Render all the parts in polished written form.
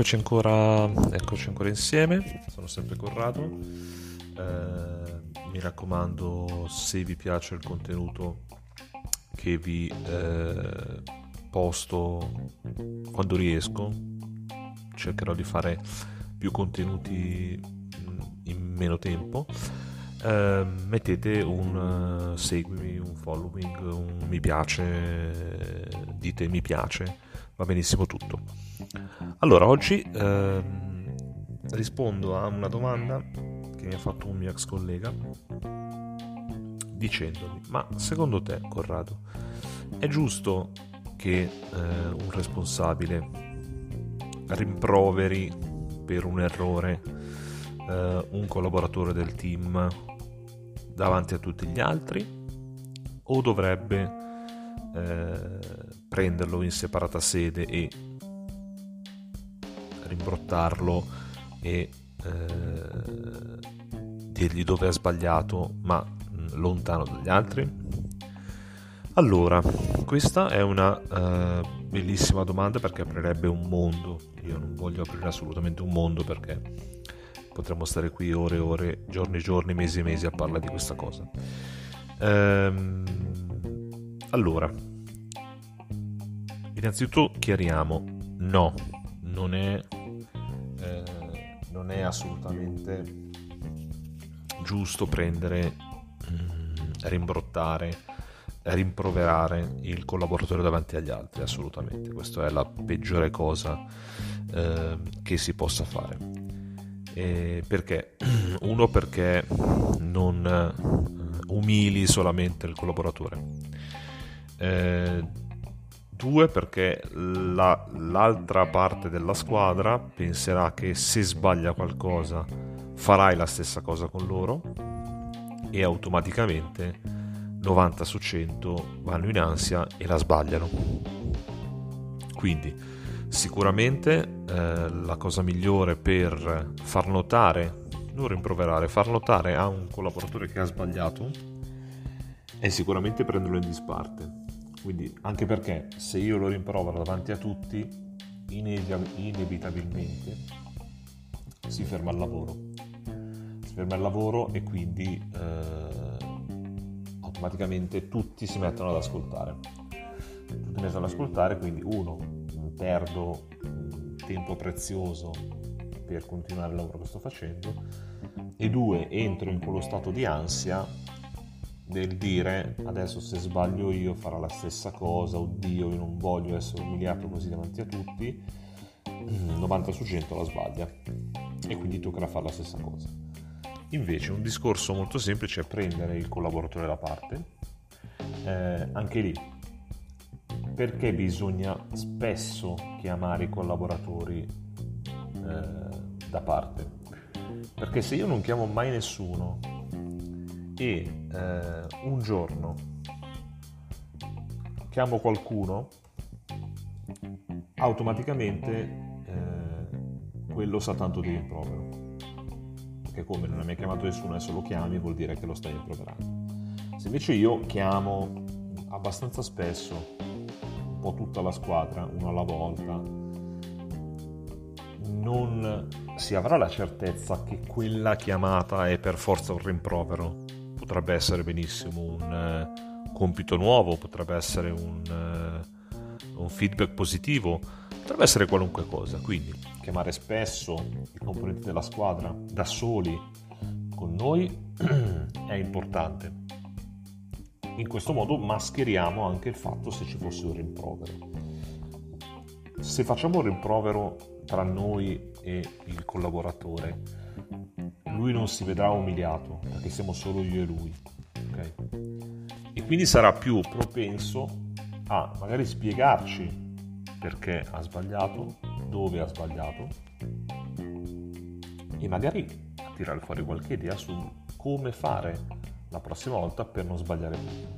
Eccoci ancora insieme, sono sempre Corrado. Mi raccomando, se vi piace il contenuto che vi posto quando riesco, cercherò di fare più contenuti in meno tempo. Mettete un seguimi, un following, un mi piace, dite mi piace, va benissimo tutto. Allora, oggi rispondo a una domanda che mi ha fatto un mio ex collega dicendomi: ma secondo te, Corrado, è giusto che un responsabile rimproveri per un errore un collaboratore del team davanti a tutti gli altri, o dovrebbe prenderlo in separata sede e rimbrottarlo e dirgli dove ha sbagliato, ma lontano dagli altri? Allora, questa è una bellissima domanda, perché aprirebbe un mondo. Io non voglio aprire assolutamente un mondo, perché potremmo stare qui ore e ore, giorni e giorni, mesi e mesi a parlare di questa cosa. Allora, innanzitutto chiariamo: no, non è assolutamente giusto prendere, rimbrottare, rimproverare il collaboratore davanti agli altri. Assolutamente, questa è la peggiore cosa che si possa fare. Perché? Uno, perché non umili solamente il collaboratore. Due, perché l'altra parte della squadra penserà che se sbaglia qualcosa farai la stessa cosa con loro, e automaticamente 90 su 100 vanno in ansia e la sbagliano. Quindi sicuramente la cosa migliore per far notare, non rimproverare, far notare a un collaboratore che ha sbagliato è sicuramente prenderlo in disparte. Quindi, anche perché se io lo rimprovero davanti a tutti, inevitabilmente si ferma il lavoro e quindi automaticamente tutti si mettono ad ascoltare. Quindi perdo tempo prezioso per continuare il lavoro che sto facendo, e due, entro in quello stato di ansia del dire: adesso se sbaglio io farà la stessa cosa, oddio, io non voglio essere umiliato così davanti a tutti. 90 su 100 la sbaglia e quindi toccherà fare la stessa cosa. Invece un discorso molto semplice è prendere il collaboratore da parte. Anche lì, perché bisogna spesso chiamare i collaboratori da parte? Perché se io non chiamo mai nessuno e un giorno chiamo qualcuno, automaticamente quello sa tanto di rimprovero, perché come non hai mai chiamato nessuno, adesso lo chiami, vuol dire che lo stai rimproverando. Se invece io chiamo abbastanza spesso un po' tutta la squadra, uno alla volta, non si avrà la certezza che quella chiamata è per forza un rimprovero. Potrebbe essere benissimo un compito nuovo, potrebbe essere un feedback positivo, potrebbe essere qualunque cosa. Quindi chiamare spesso i componenti della squadra da soli con noi è importante. In questo modo mascheriamo anche il fatto se ci fosse un rimprovero. Se facciamo un rimprovero tra noi e il collaboratore, lui non si vedrà umiliato, perché siamo solo io e lui, okay? E quindi sarà più propenso a magari spiegarci perché ha sbagliato, dove ha sbagliato, e magari a tirare fuori qualche idea su come fare la prossima volta per non sbagliare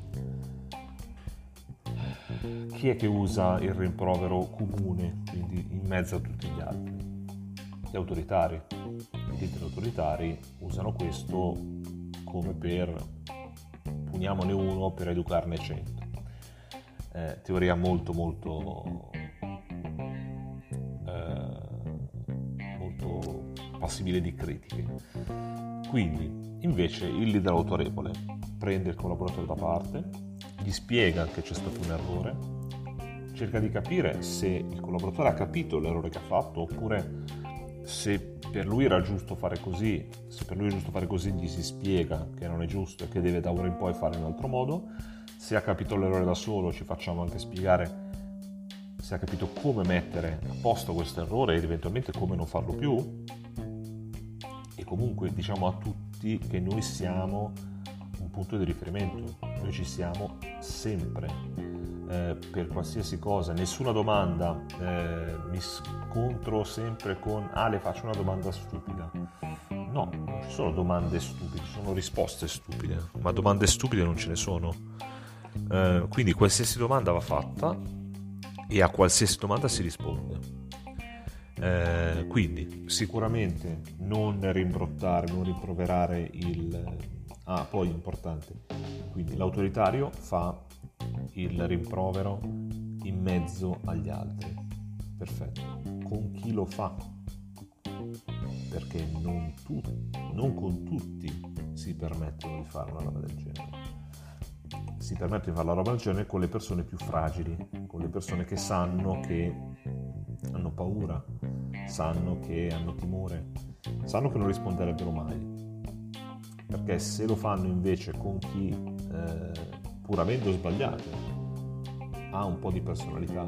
più. Chi è che usa il rimprovero comune, quindi in mezzo a tutti gli altri? Gli autoritari. I titoli autoritari usano questo come per puniamone uno per educarne 100. Teoria molto passibile di critiche. Quindi, invece, il leader autorevole prende il collaboratore da parte, gli spiega che c'è stato un errore, cerca di capire se il collaboratore ha capito l'errore che ha fatto, oppure se per lui era giusto fare così. Se per lui è giusto fare così, gli si spiega che non è giusto e che deve da ora in poi fare in un altro modo. Se ha capito l'errore da solo, ci facciamo anche spiegare se ha capito come mettere a posto questo errore ed eventualmente come non farlo più. E comunque diciamo a tutti che noi siamo un punto di riferimento, noi ci siamo sempre, per qualsiasi cosa. Nessuna domanda mi scontro sempre con le faccio una domanda stupida. No, non ci sono domande stupide, ci sono risposte stupide, ma domande stupide non ce ne sono. Quindi qualsiasi domanda va fatta e a qualsiasi domanda si risponde. Quindi sicuramente non rimbrottare, non rimproverare poi importante, quindi l'autoritario fa il rimprovero in mezzo agli altri. Perfetto. Con chi lo fa? Perché non con tutti si permettono di fare una roba del genere. Si permette di fare la roba del genere con le persone più fragili, con le persone che sanno che hanno paura, sanno che hanno timore, sanno che non risponderebbero mai. Perché se lo fanno invece con chi, pur avendo sbagliato, ha un po' di personalità,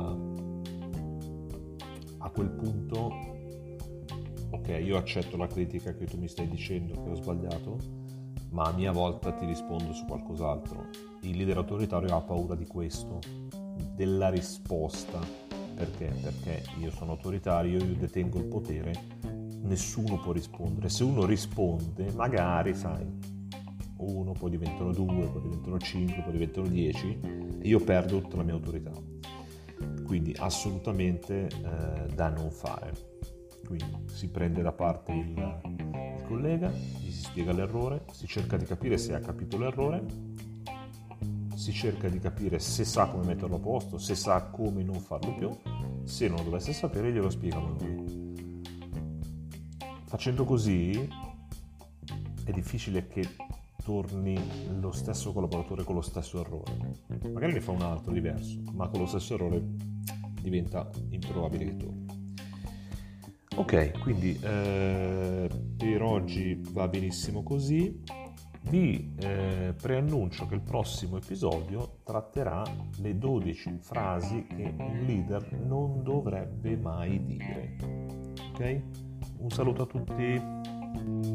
a quel punto, ok, io accetto la critica che tu mi stai dicendo che ho sbagliato, ma a mia volta ti rispondo su qualcos'altro. Il leader autoritario ha paura di questo, della risposta. Perché? Perché io sono autoritario, io detengo il potere, nessuno può rispondere. Se uno risponde, magari, sai, uno, poi diventano 2, poi diventano 5, poi diventano 10 e io perdo tutta la mia autorità. Quindi assolutamente da non fare. Quindi si prende da parte il collega, gli si spiega l'errore, si cerca di capire se ha capito l'errore, si cerca di capire se sa come metterlo a posto, se sa come non farlo più. Se non lo dovesse sapere, glielo spiegano noi. Facendo così è difficile che torni lo stesso collaboratore con lo stesso errore. Magari ne fa un altro diverso, ma con lo stesso errore diventa improbabile che torni. Ok, quindi per oggi va benissimo così. Vi preannuncio che il prossimo episodio tratterà le 12 frasi che un leader non dovrebbe mai dire. Ok? Un saluto a tutti.